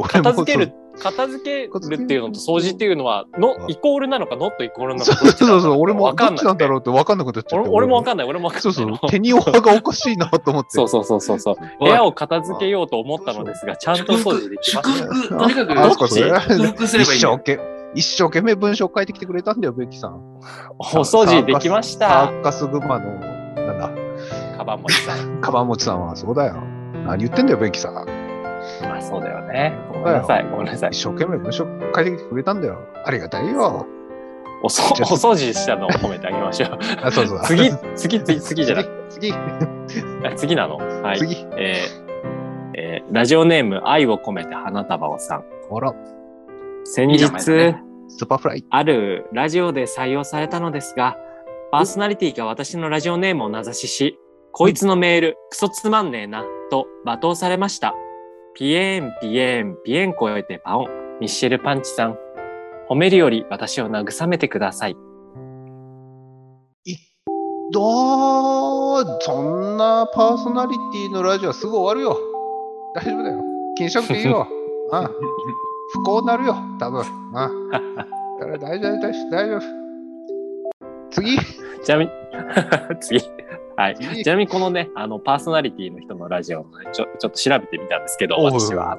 S3: っていうのと掃除っていうのは、イコールなのか、ノットイコールなのか。
S4: 俺もどっちなんだろうって分かんなくなっちゃった。
S3: 俺も分かんない。
S4: そう手にオハがおかしいなと思って。
S3: そう。部屋を片付けようと思ったのですが、ちゃんと掃除できました。
S1: 祝福、とにかくどっち祝福すればいい。
S4: 一生懸命文章を書いてきてくれたんだよ、ベッキーさん。
S3: お掃除できました。
S4: サーカスグマの、なんだ。
S3: カバン持ちさん。
S4: カバン持ちさんはそうだよ。何言ってんだよ、ベッキーさん。
S3: まあそうだよね。ごめんなさい。
S4: 一生懸命文章書いてきてくれたんだよ。ありがたいよ。
S3: お掃除したのを褒めてあげましょう。
S4: そう。
S3: 次じゃなくて。次なの。はい。
S4: 次。
S3: ラジオネーム愛を込めて花束をさん。
S4: あら。
S3: 先日、
S4: スーパーフライ。
S3: あるラジオで採用されたのですが、パーソナリティが私のラジオネームを名指しし、こいつのメール、クソつまんねえな、と罵倒されました。ピエン超えてパオン。ミッシェルパンチさん。褒めるより私を慰めてください。
S4: そんなパーソナリティのラジオはすぐ終わるよ。大丈夫だよ。気にしなくていいよ。不幸になるよ、多分。だから大丈夫、大丈夫。次。
S3: ちなみに、次。はい。ちなみにこのね、パーソナリティの人のラジオを、ね、ちょっと調べてみたんですけど、私は、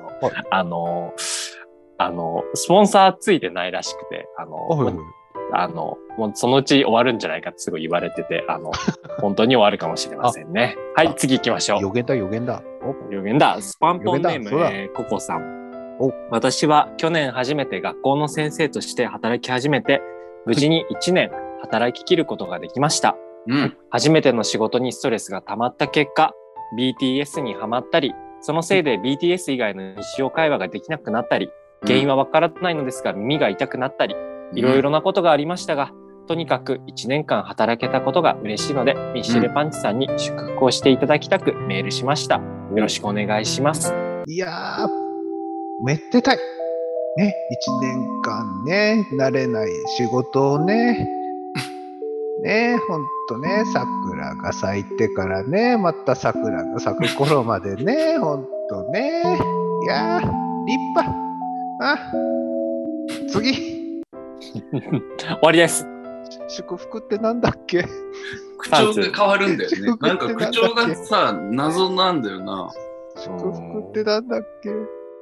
S3: スポンサーついてないらしくて、もうそのうち終わるんじゃないかってすごい言われてて、本当に終わるかもしれませんね。はい、次行きましょう。
S4: 予言だ。
S3: 予言だ。スパンポンネーム、ココさん。私は去年初めて学校の先生として働き始めて、無事に1年働き切ることができました。初めての仕事にストレスが溜まった結果、BTS にハマったり、そのせいで BTS 以外の日常会話ができなくなったり、原因はわからないのですが耳が痛くなったり、いろいろなことがありましたが、とにかく1年間働けたことが嬉しいので、ミッシェルパンチさんに祝福をしていただきたくメールしました。よろしくお願いします。
S4: いやー、めってたい。ね、1年間ね、慣れない仕事をね、ほんとね、桜が咲いてからね、また桜が咲く頃までね、ほんとね、いやー、立派。次。
S3: 終わりです。
S4: 祝福ってなんだっけ？
S1: 口調が変わるんだよね。なんか口調がさ、謎なんだよな。
S4: 祝福ってなんだっけ？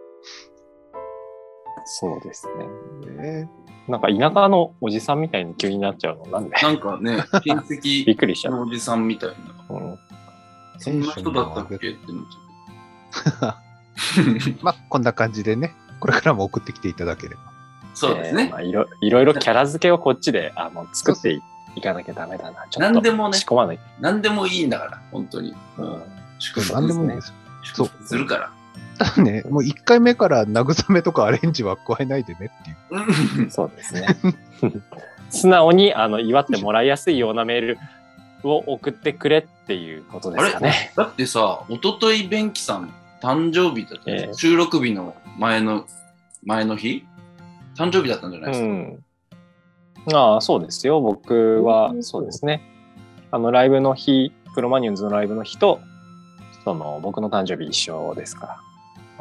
S3: そうですね。なんか田舎のおじさんみたいに急になっちゃうのなんで？
S1: なんかね、親戚
S3: びっくりしちゃう
S1: のおじさんみたいな。そんな人だったっけって思っちゃう。
S4: まあ、こんな感じでね、これからも送ってきていただければ。
S1: そうですね。
S3: いろいろキャラ付けをこっちで作っていかなきゃダメだな。ちょっと
S1: 何でもね、
S3: 仕込まない。
S1: 何でもいいんだから、本当に。
S4: 祝福ですね。
S1: 祝福するから。
S4: ただね、もう1回目から慰めとかアレンジは加えないでねっていう。
S3: そうですね。素直に祝ってもらいやすいようなメールを送ってくれっていうことですかね。
S1: だってさ、一昨日ベンキさん誕生日だった、収録日の前の日誕生日だったんじゃないですか。
S3: そうですよ。僕はそうですね。ライブの日、クロマニオンズのライブの日と僕の誕生日一緒ですから。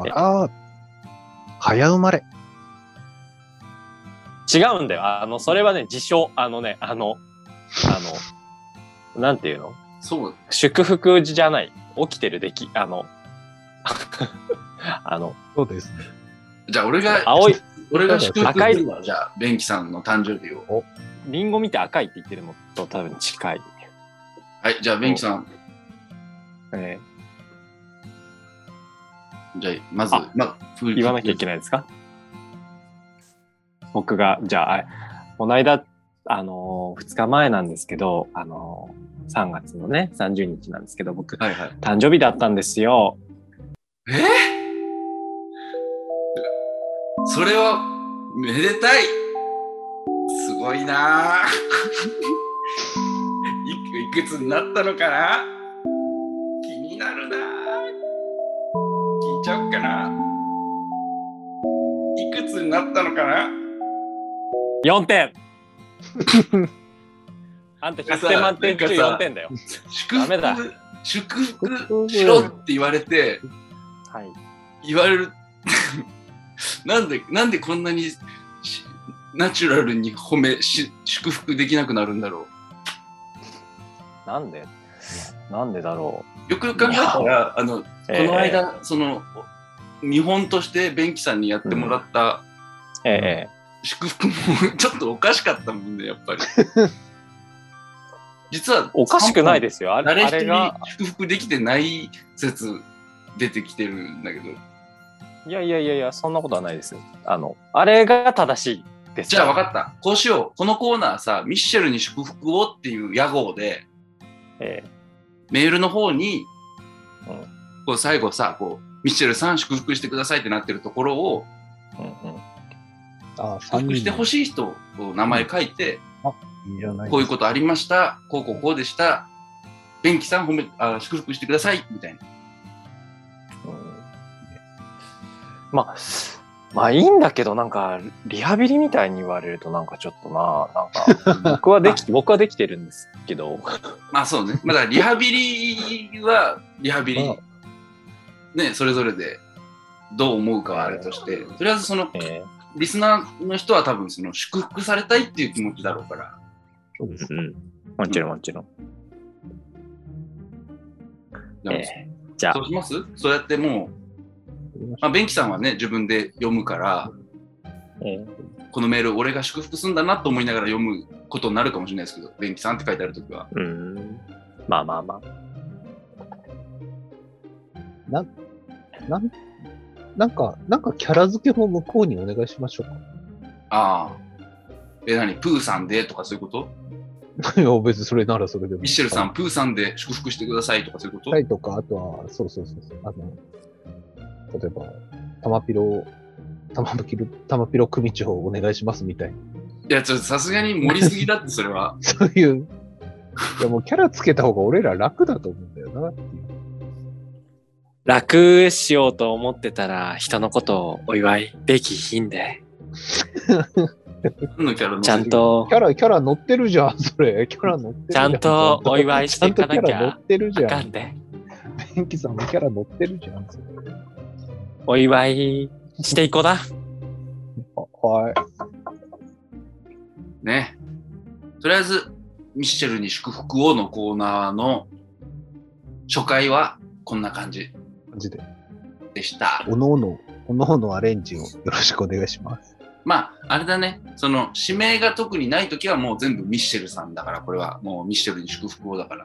S4: 早生まれ。
S3: 違うんだよ。それはね、自称。なんていうの？
S1: そう。
S3: 祝福じゃない。起きてる出来。
S4: そうですね。
S1: じゃあ俺が祝福するわ。じゃあ、ベンキさんの誕生日を。
S3: リンゴ見て赤いって言ってるのと多分近い。
S1: はい、じゃあベンキさん。じゃあ、まず、
S3: 言わなきゃいけないですか？僕が、じゃあ、この間、2日前なんですけど、3月のね、30日なんですけど、僕、誕生日だったんですよ。
S1: それは、めでたい。すごいなぁ。いくつになったのかな？気になるなぁ。聞いちゃおうかな。いくつになったのかな？
S3: 4 点。あんた100点満点中4点だよ。
S1: 祝福しろって言われて、言われる。なんでこんなにナチュラルに祝福できなくなるんだろう。
S3: なんでだろ
S1: う。よくよく考えたら、この間、見本としてベンキさんにやってもらった、祝福もちょっとおかしかったもんね、やっぱり。実は、
S3: おかしくないですよ。
S1: 誰一人祝福できてない説出てきてるんだけど。
S3: いや、そんなことはないですよ。あれが正しいです。
S1: じゃあ分かった。こうしよう。このコーナーさ、ミッシェルに祝福をっていう屋号で、メールの方に、こう最後さ、ミッシェルさん祝福してくださいってなってるところを、祝福してほしい人を名前書いて、こういうことありました、こうでした、ベンキさん祝福してくださいみたいな。
S3: まあいいんだけど、なんかリハビリみたいに言われるとなんかちょっとな、なんか僕はできてるんですけど。
S1: まあそうね。まあだからリハビリはリハビリね、それぞれでどう思うかはあれとして、とりあえずそのリスナーの人は多分その祝福されたいっていう気持ちだろうから。
S4: そうです。
S3: もちろんもちろん。
S1: じゃあそうします？そうやってもう、まあ、ベンキさんはね自分で読むから、このメール俺が祝福するんだなと思いながら読むことになるかもしれないですけど、ベンキさんって書いてあるときは。
S3: まあまあまあ。
S4: なんかキャラ付けも向こうにお願いしましょうか。
S1: ああ。何プーさんでとかそういうこと？
S4: いや、別にそれならそれでも。
S1: ミッシェルさん、プーさんで祝福してくださいとかそういうこと？
S4: はいとか、あとは、そう。例えば、玉ピロ組長お願いしますみたいな。
S1: いや、ちょっとさすがに盛りすぎだって、それは。
S4: そういう、いやもうキャラつけた方が俺ら楽だと思うんだよなっていう。
S3: 楽しようと思ってたら人のことをお祝いできひんで。ちゃんと
S4: キャラ乗ってるじゃん、それ。キャラ乗ってるじゃん。
S3: ちゃんとお祝いしていかなきゃ
S4: あ
S3: かんで。
S4: ベンキさんもキャラ乗ってるじゃん。
S3: お祝いしていこうだ。
S4: はい。
S1: ね。とりあえず、ミッシェルに祝福をのコーナーの初回はこんな感じでした。
S4: おのおのアレンジをよろしくお願いします。
S1: まあ、あれだね。その、指名が特にないときはもう全部ミッシェルさんだから、これはもうミッシェルに祝福をだから。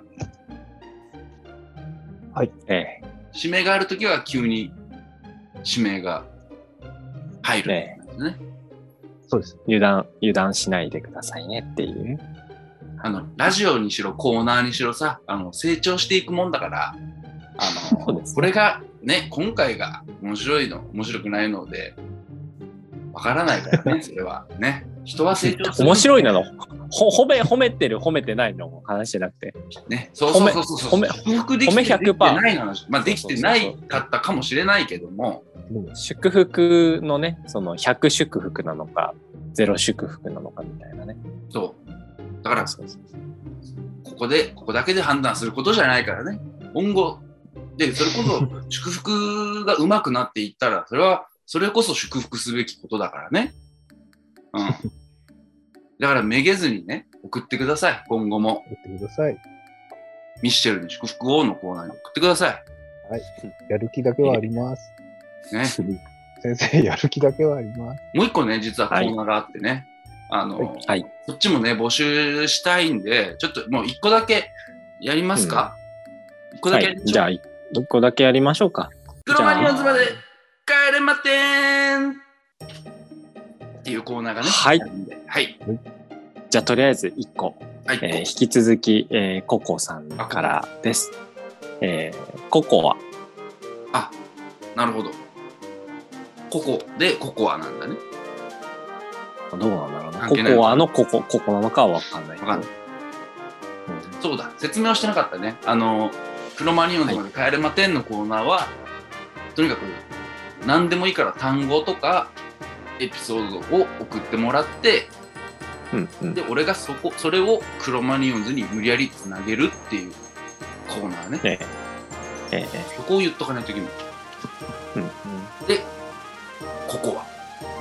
S4: はい。
S1: 指名があるときは急に指名が入るんですね。
S4: そうです。
S3: 油断しないでくださいねっていう。
S1: ラジオにしろコーナーにしろさ、成長していくもんだから、これがね、今回が面白いの、面白くないので、わからないからね、それは。ね。人は成長する。
S3: 面白いなの。褒めてる、褒めてないの話じゃなくて。
S1: ね。そう。祝福できてないの話。まあ、できてないかったかもしれないけども。
S3: 祝福のね、その100祝福なのか、0祝福なのかみたいなね。
S1: そう。だから、ここだけで判断することじゃないからね。今後、で、それこそ祝福が上手くなっていったら、それこそ祝福すべきことだからね。うん。だからめげずにね、送ってください。今後も。
S4: 送ってください。
S1: ミッシェルに祝福をのコーナーに送ってください。
S4: はい。やる気だけはあります。
S1: ね。
S4: 先生、やる気だけはあります。
S1: もう一個ね、実はコーナーがあってね。
S3: はい。
S1: そっちもね、募集したいんで、ちょっともう一個だけやりますか？一個だけやりましょう。
S3: じゃあ、一個だけやりましょうか。
S1: クロマニオンズまで帰れまてんっていうコーナーがね。
S3: はい。
S1: はい。
S3: じゃあ、とりあえず1個。
S1: はい。
S3: 引き続き、ココさんからです。ココア。
S1: あ、なるほど。ココでココアなんだね。
S3: どうなんだろうな。ココアのココなのかは分かんない。
S1: 分かんない。そうだ。説明をしてなかったね。クロマニオンズまで帰れまてんのコーナーは、とにかく何でもいいから単語とかエピソードを送ってもらって、で俺がそれをクロマニオンズに無理やりつなげるっていうコーナーね。そこを言っとかないといけない。で、ココア。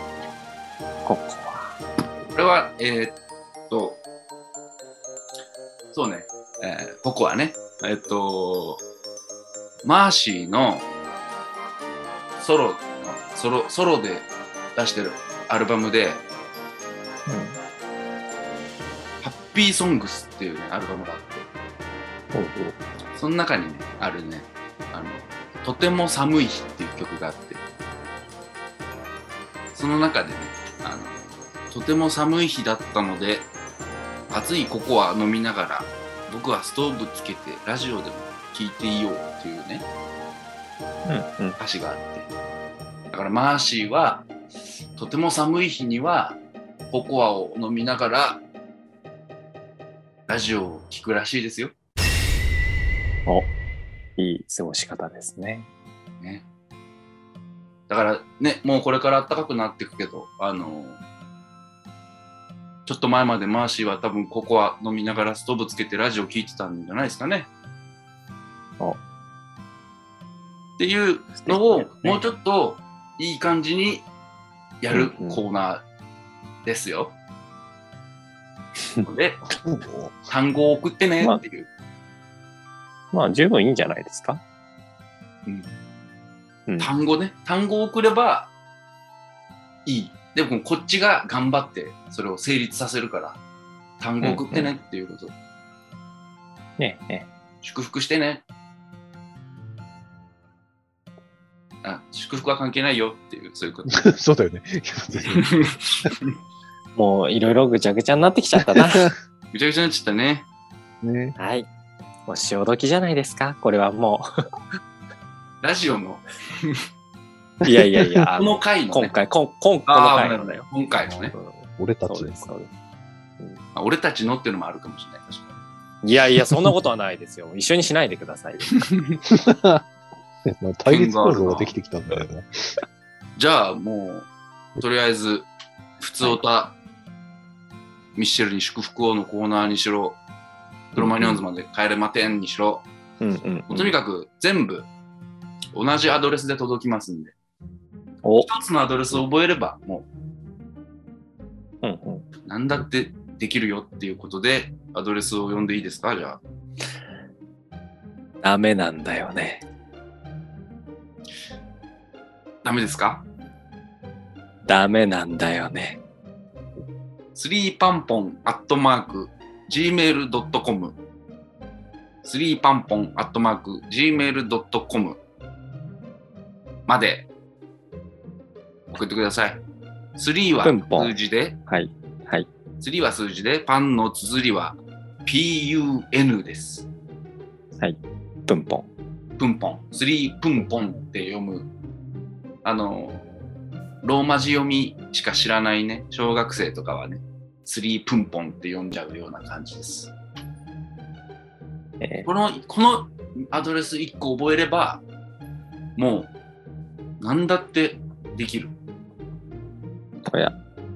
S1: これはそうね、ココアね。マーシーのソロで出してるアルバムで、ハッピーソングスっていうね、アルバムがあって、その中にね、あるね、とても寒い日っていう曲があって、その中でね、とても寒い日だったので、熱いココア飲みながら、僕はストーブつけてラジオでも聴いていようっていうね、歌詞があって、だからマーシーはとても寒い日にはココアを飲みながらラジオを聴くらしいですよ。
S3: お、いい過ごし方ですね。
S1: ね。 だからね、もうこれから暖かくなっていくけど、ちょっと前までマーシーは多分ここは飲みながらストーブつけてラジオ聞いてたんじゃないですかね。っていうのを、もうちょっといい感じにやるコーナーですよ。で、単語を送ってねっていう。
S3: まあ十分いいんじゃないですか。
S1: 単語ね。単語を送ればいい。でもこっちが頑張ってそれを成立させるから、単語を送ってねっていうこと。
S3: ねえ。
S1: 祝福してね。祝福は関係ないよっていう、そういうこと。
S4: そうだよね。
S3: もういろいろぐちゃぐちゃになってきちゃったな。
S1: ぐちゃぐちゃになっちゃったね。
S4: ね。
S3: はい。もう潮時じゃないですか。これはも
S1: ラジオの。
S3: う。いや。
S1: この回の、ね。
S3: この回のだよ。
S1: 今回のね。
S4: 俺たち
S3: そうです。
S1: 俺たちのっていうのもあるかもしれない。確か
S3: に。いや、そんなことはないですよ。一緒にしないでください。
S4: 対立構造ができてきたんだよな。
S1: じゃあもう、とりあえず、ふつおた、ミッシェルに祝福をのコーナーにしろ、クロマニオンズまで帰れまてんにしろ、とにかく全部同じアドレスで届きますんで、一つのアドレスを覚えればもう、何だってできるよっていうことで、アドレスを読んでいいですか？じゃあ。
S3: ダメなんだよね。
S1: ダメですか？
S3: ダメなんだよね。
S1: 3pampon@gmail.com 3pampon@gmail.com まで送ってください。3は数字で、
S3: はい。
S1: 3は数字で、パンの綴りは PUN です。
S3: はい。プンポン。
S1: プンポン。3プンポンって読む。ローマ字読みしか知らないね、小学生とかはね、3プンポンって読んじゃうような感じです。このアドレス1個覚えれば、もう、何だってできる。
S3: おや。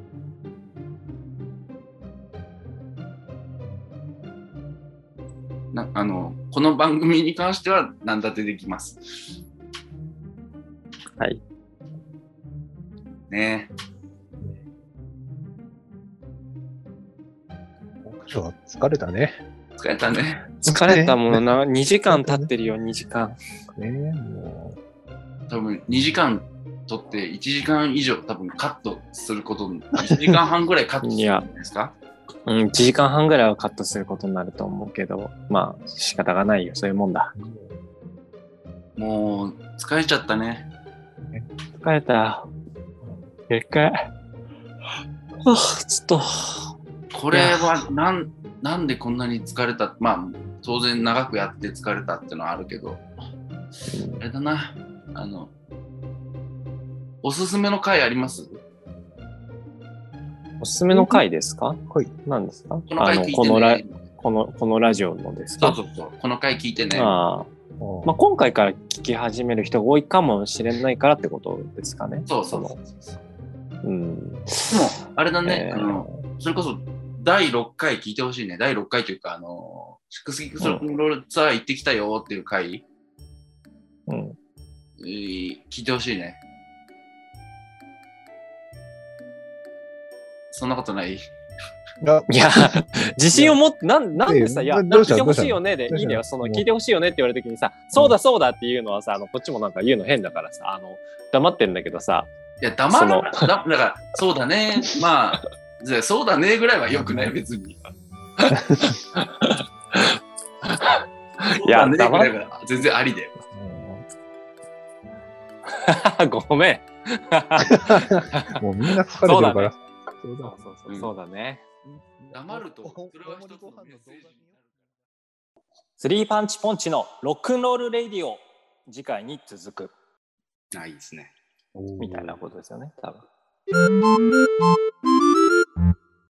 S1: この番組に関しては何だってできます。
S3: はい。
S1: ね
S4: 今日は疲れたね。
S1: 疲れたね。
S3: 疲れたものな、2時間経ってるよ、2時間。
S4: も
S1: う。多分2時間撮って1時間以上多分カットすることに、1時間半ぐらいカットするんじゃないですか？
S3: 1時間半ぐらいはカットすることになると思うけど、まあ仕方がないよ、そういうもんだ。
S1: もう疲れちゃったね。
S3: 疲れた。結果。ちょっと。
S1: これはなんでこんなに疲れた？まあ当然長くやって疲れたってのはあるけど、あれだな、おすすめの回あります？
S3: おすすめの回ですか？
S4: はい。
S3: 何ですか？
S1: この回聞いてね。
S3: このラジオのですか？
S1: そう。この回聞いてね。
S3: まあ、今回から聞き始める人が多いかもしれないからってことですかね。
S1: そう。でもあれだね、それこそ第6回聞いてほしいね。第6回というか、シックスギックスロックンロールツアー行ってきたよっていう回、聞いてほしいね。そんなことない？
S3: いや、自信を持って、なんでさ、いや、聞いてほしいよねで、いいねよ、聞いてほしいよねって言われた時にさ、そうだっていうのはさ、こっちもなんか言うの変だからさ、黙ってるんだけどさ。
S1: いや、黙らない。だから、そうだね。まあ、そうだねぐらいはよくない、別に。
S3: いや、黙って。
S1: 全然ありで。
S3: ごめん。
S4: もうみんな疲れてるから。
S3: そうだね。
S1: 黙ると、それは一つのメッセージになる。
S3: スリーパンチポンチのロックンロールレイディオ、次回に続く。
S1: いいですね。
S3: みたいなことですよね、多分。